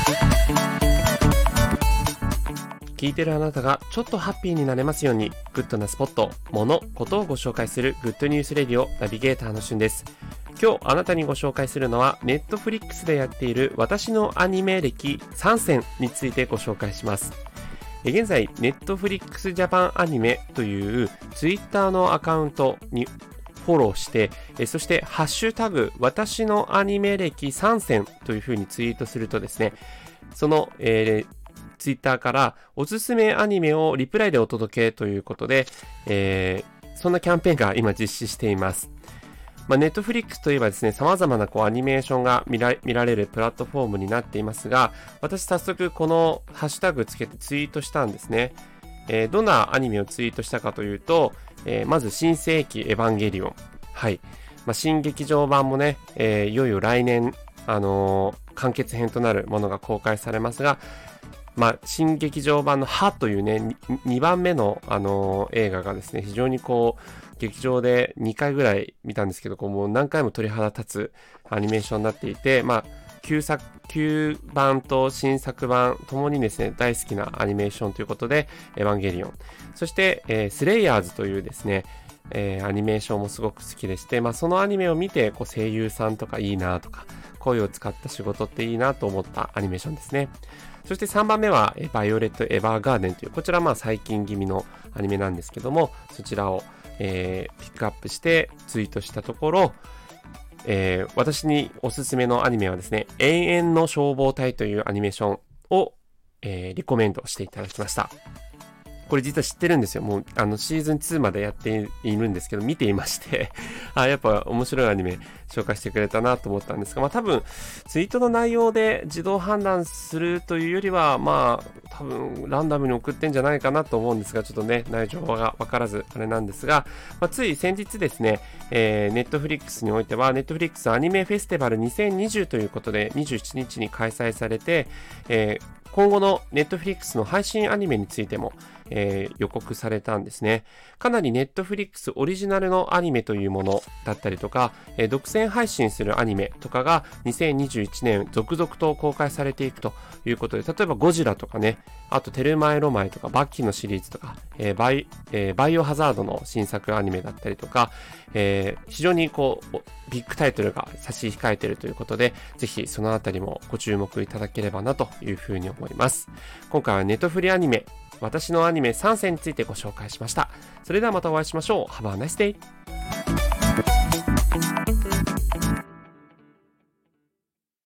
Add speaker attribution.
Speaker 1: 聞いてるあなたがちょっとハッピーになれますように、グッドなスポット、物、ことをご紹介するグッドニュースレディオナビゲーターのしゅんです。今日あなたにご紹介するのは、ネットフリックスでやっている私のアニメ歴3選についてご紹介します。現在、ネットフリックスジャパンアニメというツイッターのアカウントにフォローして、そしてハッシュタグ私のアニメ歴3選というふうにツイートするとですね、その、ツイッターからおすすめアニメをリプライでお届けということで、そんなキャンペーンが今実施しています。ネットフリックスといえばですね、様々なアニメーションが見られるプラットフォームになっていますが、私早速このハッシュタグつけてツイートしたんですね。どんなアニメをツイートしたかというと、まず新世紀エヴァンゲリオン。はい。新劇場版もね、いよいよ来年、完結編となるものが公開されますが、新劇場版のハというね、2番目の、映画がですね、非常に劇場で2回ぐらい見たんですけど、もう何回も鳥肌立つアニメーションになっていて、旧版と新作版ともにですね、大好きなアニメーションということで、エヴァンゲリオン。そして、スレイヤーズというですね、アニメーションもすごく好きでして、そのアニメを見て、声優さんとかいいなとか、声を使った仕事っていいなと思ったアニメーションですね。そして3番目は、バイオレット・エヴァーガーデンという、こちら最近気味のアニメなんですけども、そちらを、ピックアップしてツイートしたところ、私におすすめのアニメはですね、永遠の消防隊というアニメーションを、リコメンドしていただきました。これ実は知ってるんですよ。もうシーズン2までやっているんですけど、見ていましてやっぱ面白いアニメ紹介してくれたなと思ったんですが、多分ツイートの内容で自動判断するというよりは、多分ランダムに送ってんじゃないかなと思うんですが、ちょっとね、内情が分からずあれなんですが、つい先日ですね、ネットフリックスにおいては、ネットフリックスアニメフェスティバル2020ということで、27日に開催されて、今後のネットフリックスの配信アニメについても、予告されたんですね。かなりネットフリックスオリジナルのアニメというものだったりとか、独占配信するアニメとかが2021年続々と公開されていくということで、例えばゴジラとかね、あとテルマエロマエとかバッキーのシリーズとか、バイオハザードの新作アニメだったりとか、非常にビッグタイトルが差し控えているということで、ぜひそのあたりもご注目いただければなというふうに思います。今回はネットフリアニメ、私のアニメ3選についてご紹介しました。それではまたお会いしましょう。Have a nice day!